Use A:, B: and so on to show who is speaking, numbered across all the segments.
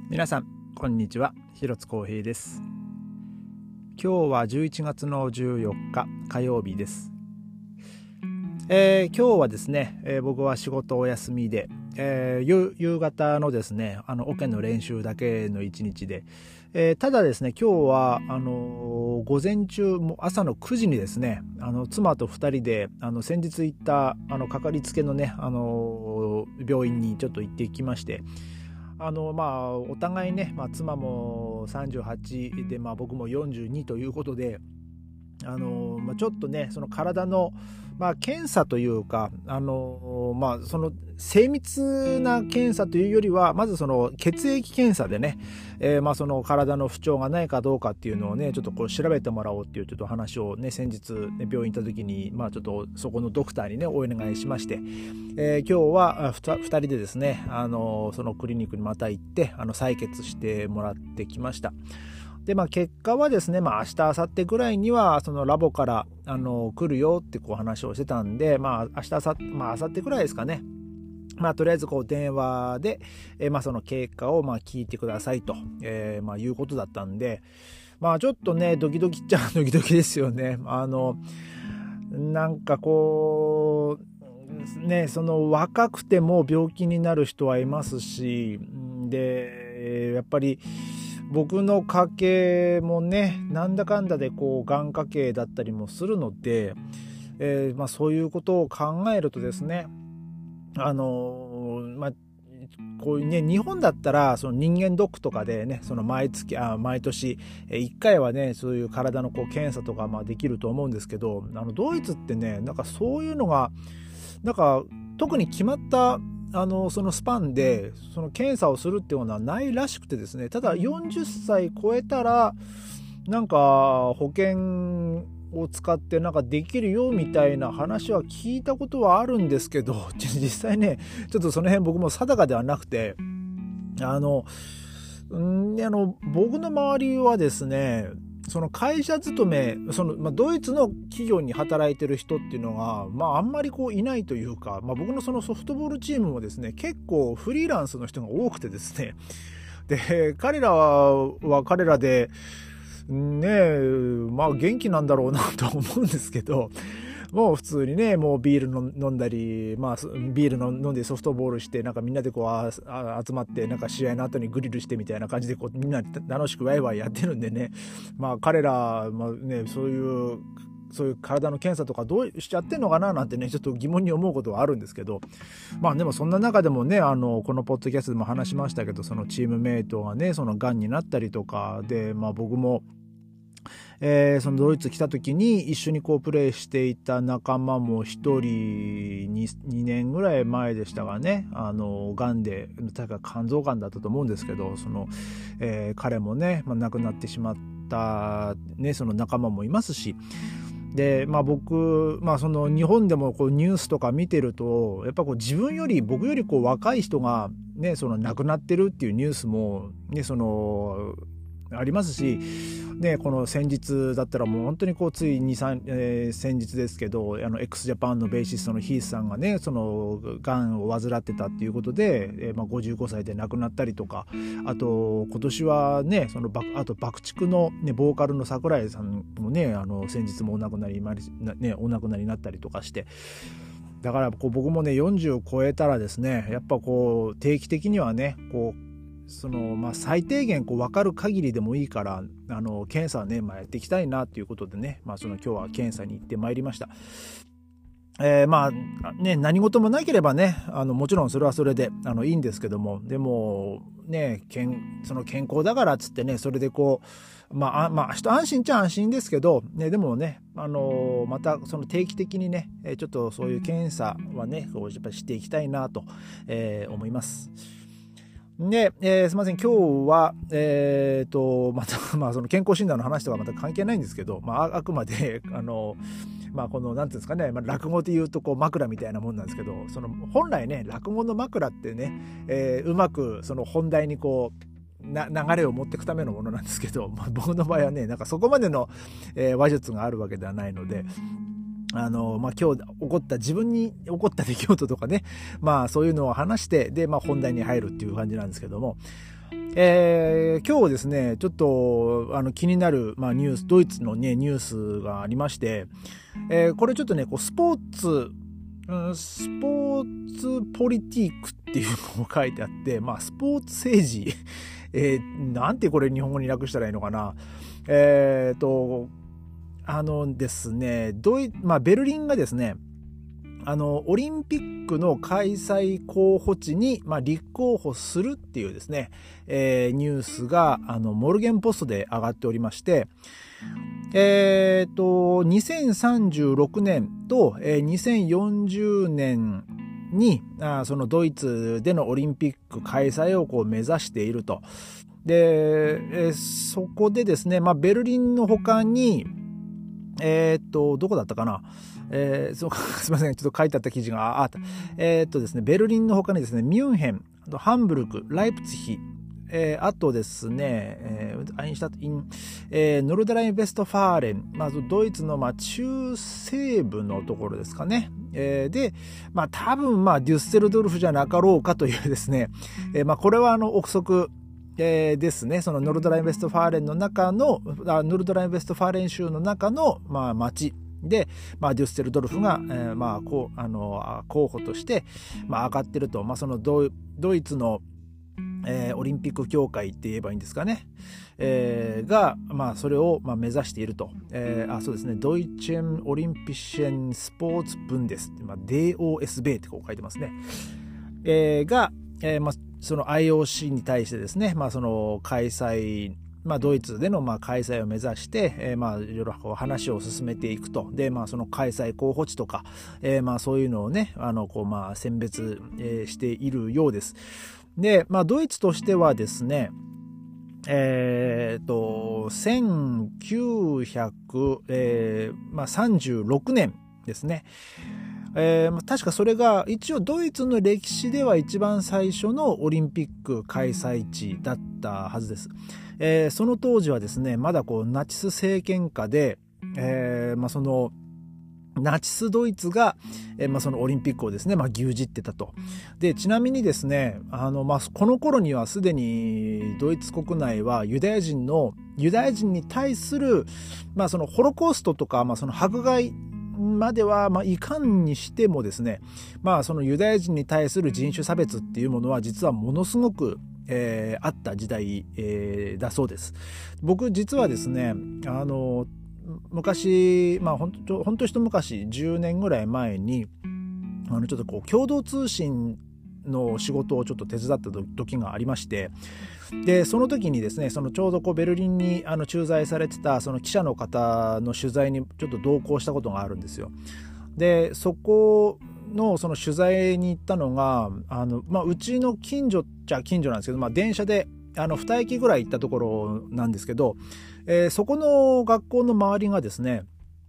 A: 皆さんこんにちは、広津光平です。今日は11月の14日火曜日です。今日はですね、僕は仕事お休みで、夕方のですねオケの練習だけの一日で、ただですね今日は午前中も朝の9時にですね妻と2人で先日行ったかかりつけのね病院にちょっと行ってきまして、お互いね、妻も38で、僕も42ということで、ちょっとねその体の、検査というか、その精密な検査というよりはまずその血液検査でね、その体の不調がないかどうかっていうのをねちょっとこう調べてもらおうっていうちょっと話をね先日、ね、病院行った時にちょっとそこのドクターにねお願いしまして、今日は2人でですねそのクリニックにまた行って採血してもらってきました。で結果はですね、明日明後日ぐらいにはそのラボから来るよってこう話をしてたんで、明日明後日ぐらいですかね。とりあえずこう電話で、その経過を聞いてくださいと、いうことだったんで、ちょっとねドキドキっちゃドキドキですよね。なんかこうねその若くても病気になる人はいますし、でやっぱり僕の家系もねなんだかんだでこうがん家系だったりもするので、そういうことを考えるとですねこういうね日本だったらその人間ドックとかでねその毎年1回はねそういう体のこう検査とかできると思うんですけど、ドイツってねなんかそういうのがなんか特に決まったそのスパンでその検査をするっていうのはないらしくてですね、ただ40歳超えたらなんか保険を使ってなんかできるよみたいな話は聞いたことはあるんですけど、実際ねちょっとその辺僕も定かではなくて、僕の周りはですねその会社勤めドイツの企業に働いてる人っていうのが、あんまりこういないというか、僕のそのソフトボールチームもですね結構フリーランスの人が多くてですね、で彼らは彼らでね元気なんだろうなと思うんですけど、もう普通にねもうビール飲んだり、ビール飲んでソフトボールしてなんかみんなでこう集まってなんか試合の後にグリルしてみたいな感じでこうみんな楽しくワイワイやってるんでね、彼らそういう体の検査とかどうしちゃってんのかななんてねちょっと疑問に思うことはあるんですけど、でもそんな中でもねこのポッドキャストでも話しましたけど、そのチームメイトがねそのがんになったりとかで、僕もそのドイツ来た時に一緒にこうプレーしていた仲間も1人 2年ぐらい前でしたがねがんで確か肝臓がんだったと思うんですけど、その、彼もね、亡くなってしまった、ね、その仲間もいますし、で僕、その日本でもこうニュースとか見てるとやっぱこう僕よりこう若い人がねその亡くなってるっていうニュースもねありますし、ね、この先日だったらもう本当にこうつい先日ですけどx ジャパンのベーシストのヒースさんがねそのがんを患ってたっていうことで、55歳で亡くなったりとか、あと今年はねあと爆竹の、ね、ボーカルの桜井さんもね先日もお亡くなりになったりとかして、だからこう僕もね40超えたらですねやっぱこう定期的にはねこう最低限こう分かる限りでもいいから検査はね、やっていきたいなということでね、今日は検査に行ってまいりました。何事もなければねもちろんそれはそれでいいんですけども、でもねその健康だからっつってねそれでこう一安心っちゃ安心ですけど、ね、でもねまたその定期的にねちょっとそういう検査はねこうやっぱりしていきたいなと、思います。で、すみません今日はまたその健康診断の話とかまた関係ないんですけど、あくまでこのなんていうんですかね、落語で言うとこう枕みたいなもんなんですけど、その本来ね落語の枕ってね、うまくその本題にこう流れを持っていくためのものなんですけど、僕の場合はねなんかそこまでの、話術があるわけではないので、今日自分に起こった出来事とかねそういうのを話してで、本題に入るっていう感じなんですけども、 今日ですね、ちょっと気になる、ニュース、ドイツのね、ニュースがありまして、これちょっとね、こうスポーツポリティックっていうのも書いてあって、スポーツ政治、なんてこれ日本語に訳したらいいのかな。ですね、ベルリンがですね、オリンピックの開催候補地に、立候補するっていうですね、ニュースがモルゲンポストで上がっておりまして、2036年と、2040年にそのドイツでのオリンピック開催をこう目指していると。で、そこでですね、ベルリンの他にどこだったかな、すみません、ちょっと書いてあった記事があった。ですね、ベルリンの他にですね、ミュンヘン、ハンブルク、ライプツヒ、あとですね、アインシュタットイン、ノルドライン・ベストファーレン、ドイツの中西部のところですかね。で、多分デュッセルドルフじゃなかろうかというですね、これは憶測ですね。そのノルドライン・ベストファーレンの中のノルドライン・ベストファーレン州の中の町で、デュッセルドルフが、候補として上がってると、そのドイツのオリンピック協会って言えばいいんですかね、が、それを目指していると、そうですね、ドイツェン・オリンピッシェン・スポーツ・ブンデス、DOSB ってこう書いてますね、が、その IOC に対してですね、その開催、ドイツでの開催を目指して、いろいろこう話を進めていくと。で、その開催候補地とか、そういうのをね、選別、しているようです。で、ドイツとしてはですね、1936年ですね。確かそれが一応ドイツの歴史では一番最初のオリンピック開催地だったはずです。その当時はですね、まだこうナチス政権下で、そのナチスドイツが、そのオリンピックをですね、牛耳ってたと。で、ちなみにですね、この頃にはすでにドイツ国内はユダヤ人に対する、そのホロコーストとか、その迫害まではいかんにしてもですね、そのユダヤ人に対する人種差別っていうものは実はものすごく、あった時代、だそうです。僕実はですね、昔、ほんと一昔10年ぐらい前にちょっとこう共同通信の仕事をちょっと手伝った時がありまして、でその時にですね、そのちょうどこうベルリンに駐在されてたその記者の方の取材にちょっと同行したことがあるんですよ。でそこのその取材に行ったのがうちの近所っちゃ近所なんですけど、電車で2駅ぐらい行ったところなんですけど、そこの学校の周りがですね、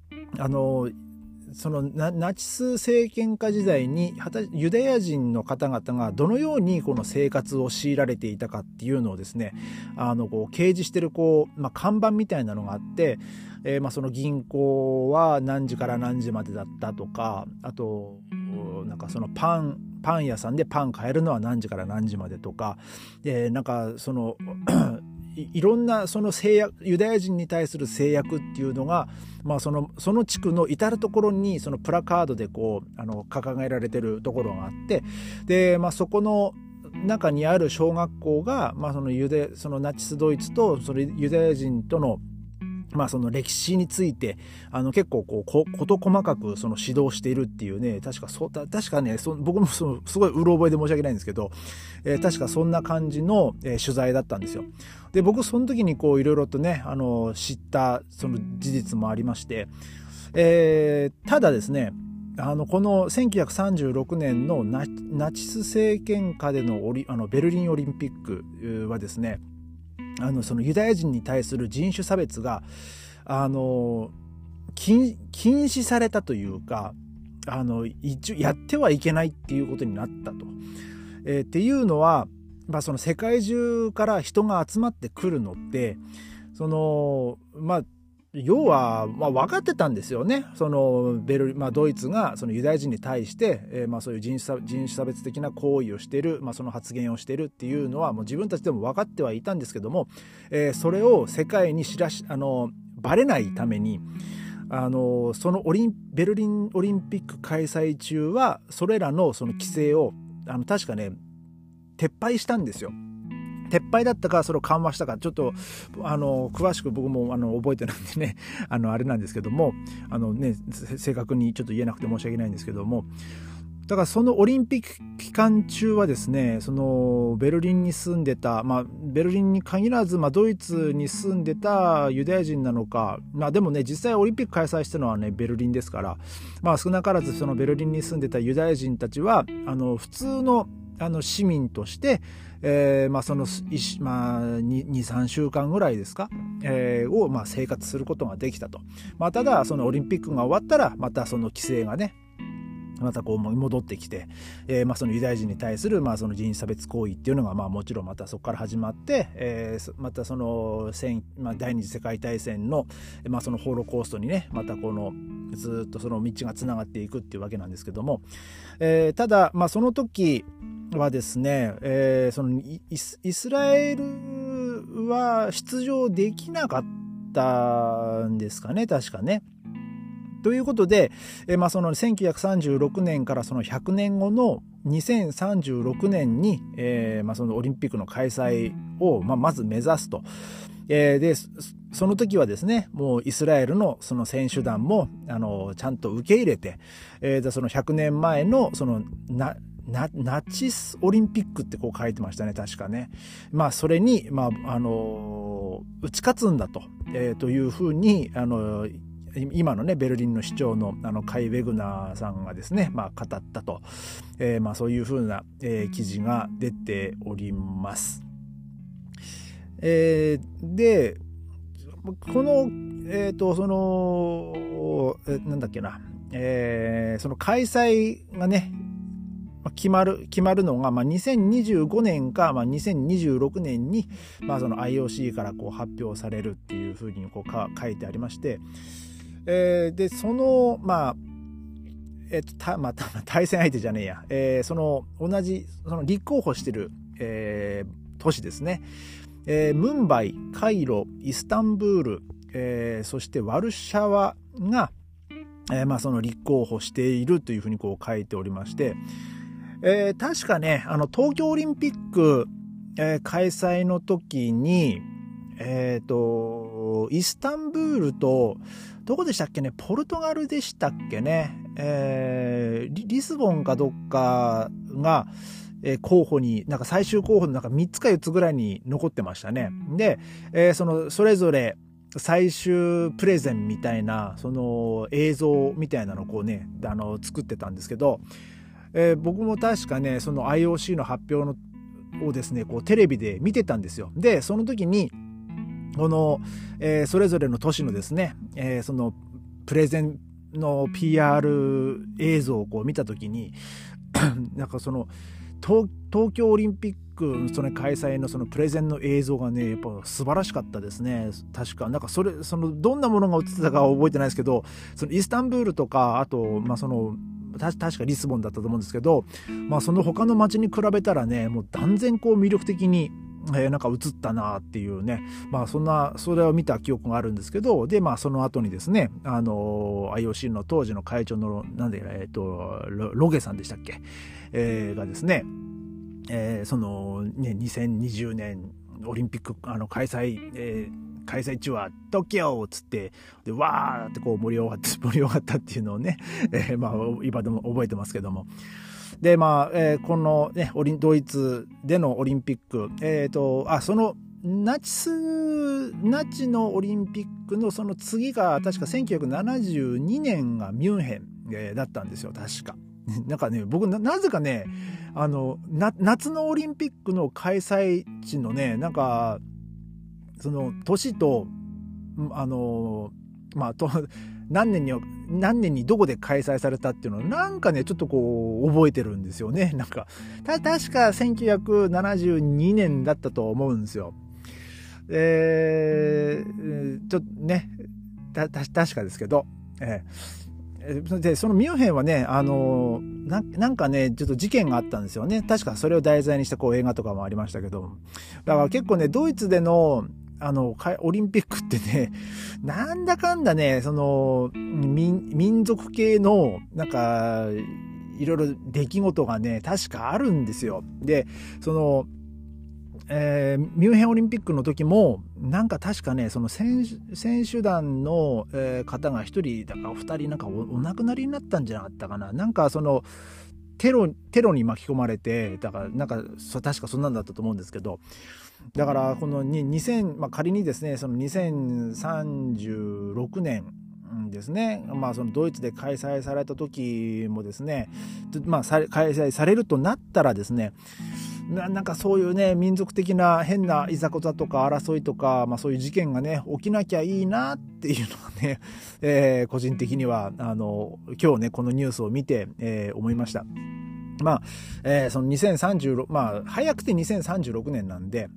A: そのナチス政権下時代にユダヤ人の方々がどのようにこの生活を強いられていたかっていうのをですね、こう掲示してる看板みたいなのがあって、その銀行は何時から何時までだったとか、あとなんかそのパン屋さんでパン買えるのは何時から何時までとか、なんかそのいろんなその制約、ユダヤ人に対する制約っていうのが、その地区の至るところにそのプラカードでこう掲げられてるところがあって、で、そこの中にある小学校が、そのナチスドイツとそれユダヤ人とのその歴史について結構事細かくその指導しているっていうね、確かね、僕もすごいうろ覚えで申し訳ないんですけど、確かそんな感じの、取材だったんですよ。で僕その時にいろいろとね知ったその事実もありまして、ただですね、この1936年のナチス政権下でのベルリンオリンピックはですね、そのユダヤ人に対する人種差別が禁止されたというか、一応やってはいけないっていうことになったと。っていうのは、その世界中から人が集まってくるのって、その要は、分かってたんですよね。そのドイツがそのユダヤ人に対して、そういう人種差別的な行為をしている、その発言をしているっていうのはもう自分たちでも分かってはいたんですけども、それを世界にバレないためにそのベルリンオリンピック開催中はそれらのその規制を確かね撤廃したんですよ。撤廃だったかそれを緩和したかちょっと詳しく僕も覚えてないんでねあれなんですけども正確にちょっと言えなくて申し訳ないんですけども、だからそのオリンピック期間中はですね、そのベルリンに住んでた、ベルリンに限らず、ドイツに住んでたユダヤ人なのか、でもね実際オリンピック開催したのはねベルリンですから、少なからずそのベルリンに住んでたユダヤ人たちは普通の市民として、その2,3 週間ぐらいですか、を生活することができたと。ただそのオリンピックが終わったらまたその規制がねまたこう戻ってきて、そのユダヤ人に対するその人種差別行為っていうのがもちろんまたそこから始まって、またその第二次世界大戦の、そのホロコーストにねまたこのずっとその道がつながっていくっていうわけなんですけども、ただその時はですね、そのイスラエルは出場できなかったんですかね確かね。ということで、その1936年からその100年後の2036年に、そのオリンピックの開催を、まず目指すと。でその時はですねもうイスラエルのその選手団もちゃんと受け入れて、その100年前のそのナチスオリンピックってこう書いてましたね確かね。それに、打ち勝つんだと、というふうに今のねベルリンの市長のカイ・ウェグナーさんがですね、語ったと、そういうふうな、記事が出ております。でこのそのなんだっけな、その開催がね決まるのが、2025年か、2026年に、その IOC からこう発表されるっていうふうにこう書いてありまして、でその対戦相手じゃねえや、その同じその立候補してる、都市ですね、ムンバイ、カイロ、イスタンブール、そしてワルシャワが、その立候補しているというふうにこう書いておりまして、確かね東京オリンピック、開催の時にイスタンブールとどこでしたっけね、ポルトガルでしたっけね、リスボンかどっかが、候補に最終候補の3つか4つぐらいに残ってましたね。で、それぞれ最終プレゼンみたいなその映像みたいなのをこうね作ってたんですけど、僕も確かねその IOC の発表をですねこうテレビで見てたんですよ。でその時にこの、それぞれの都市のですね、そのプレゼンの PR 映像をこう見た時にその東京オリンピックその開催のそのプレゼンの映像がねやっぱ素晴らしかったですね。確かそのどんなものが映ってたかは覚えてないですけど、そのイスタンブールとかあとその確かリスボンだったと思うんですけど、その他の街に比べたらねもう断然こう魅力的に映ったなっていうね、それを見た記憶があるんですけど、でその後にですねIOC の当時の会長のロゲさんでしたっけ、がですね、そのね2020年オリンピック開催中は東京っつってでわーってこう盛り上がったっていうのをね、今でも覚えてますけども。でこのねドイツでのオリンピック、そのナチのオリンピックのその次が確か1972年がミュンヘン、だったんですよ確か。僕なぜかね夏のオリンピックの開催地のねその年と何年にどこで開催されたっていうのをちょっとこう覚えてるんですよね。確か1972年だったと思うんですよ。ちょっとね確かですけど、でそのミュンヘンはね、なんかねちょっと事件があったんですよね。確かそれを題材にした映画とかもありましたけど、だから結構ねドイツでのオリンピックってね、なんだかんだね、その民族系のなんかいろいろ出来事がね確かあるんですよ。でそのミュンヘンオリンピックの時もなんか確かねその選手団の、方が1人だか2人なんか お亡くなりになったんじゃなかったかな。なんかそのテロに巻き込まれて、だからなんか確かそんなんだったと思うんですけど、だからこの2000、仮にですねその2036年ですね、そのドイツで開催された時もですね、開催されるとなったらですね、なんかそういうね民族的な変ないざこざとか争いとか、そういう事件がね起きなきゃいいなっていうのがね、個人的には今日ねこのニュースを見て、思いました。その2036、早くて2036年なんで、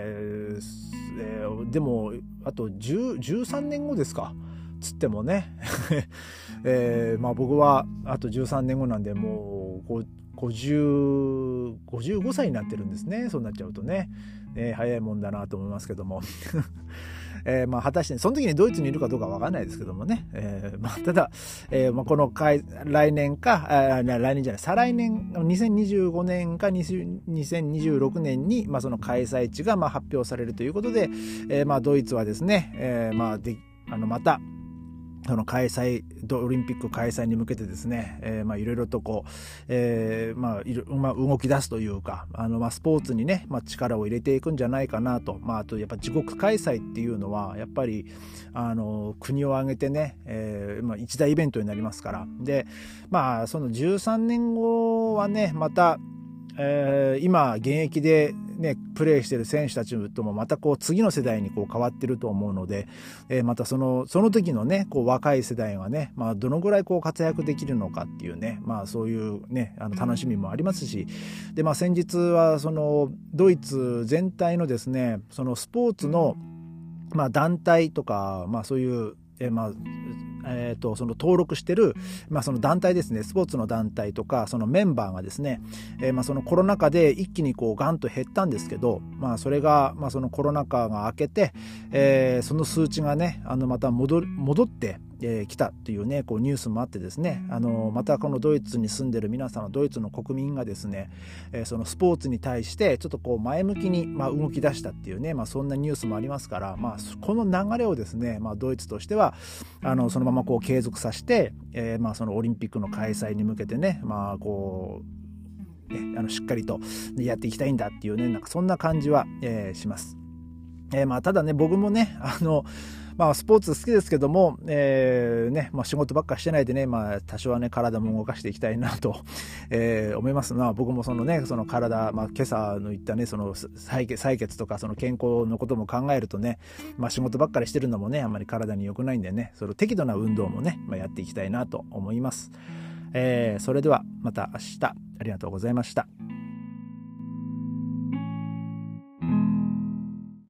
A: でもあと13年後ですかつってもね、僕はあと13年後なんでもう55歳になってるんですね。そうなっちゃうとね、早いもんだなと思いますけども果たしてその時にドイツにいるかどうかわかんないですけどもね、ただ、この来年か来年じゃない再来年2025年か2026年に、その開催地が発表されるということで、ドイツはですね、またそのオリンピック開催に向けてですね、いろいろと動き出すというか、スポーツにね、力を入れていくんじゃないかなと。あとやっぱ自国開催っていうのはやっぱり国を挙げてね、一大イベントになりますから。でその13年後はねまた今現役でねプレーしている選手たちともまた次の世代に変わってると思うので、またその時のね若い世代がね、どのぐらい活躍できるのかっていうね、そういうね楽しみもありますし、で先日はそのドイツ全体のですねそのスポーツの団体とかそういうその登録してる、その団体ですね、スポーツの団体とかそのメンバーがですね、そのコロナ禍で一気にガンと減ったんですけど、それが、そのコロナ禍が明けて、その数値がねまた戻って来たっていうねニュースもあってですね、またこのドイツに住んでる皆さんドイツの国民がですね、そのスポーツに対してちょっと前向きに動き出したっていうね、そんなニュースもありますから、この流れをですね、ドイツとしてはそのまま継続させて、そのオリンピックの開催に向けてねしっかりとやっていきたいんだっていうね、なんかそんな感じは、します。ただね僕もねスポーツ好きですけども、仕事ばっかしてないでね、多少はね体も動かしていきたいなと、思います。僕もそのねその体、今朝の言ったねその採血とかその健康のことも考えるとね、仕事ばっかりしてるのもねあんまり体に良くないんでね、その適度な運動もね、やっていきたいなと思います。それではまた明日、ありがとうございました。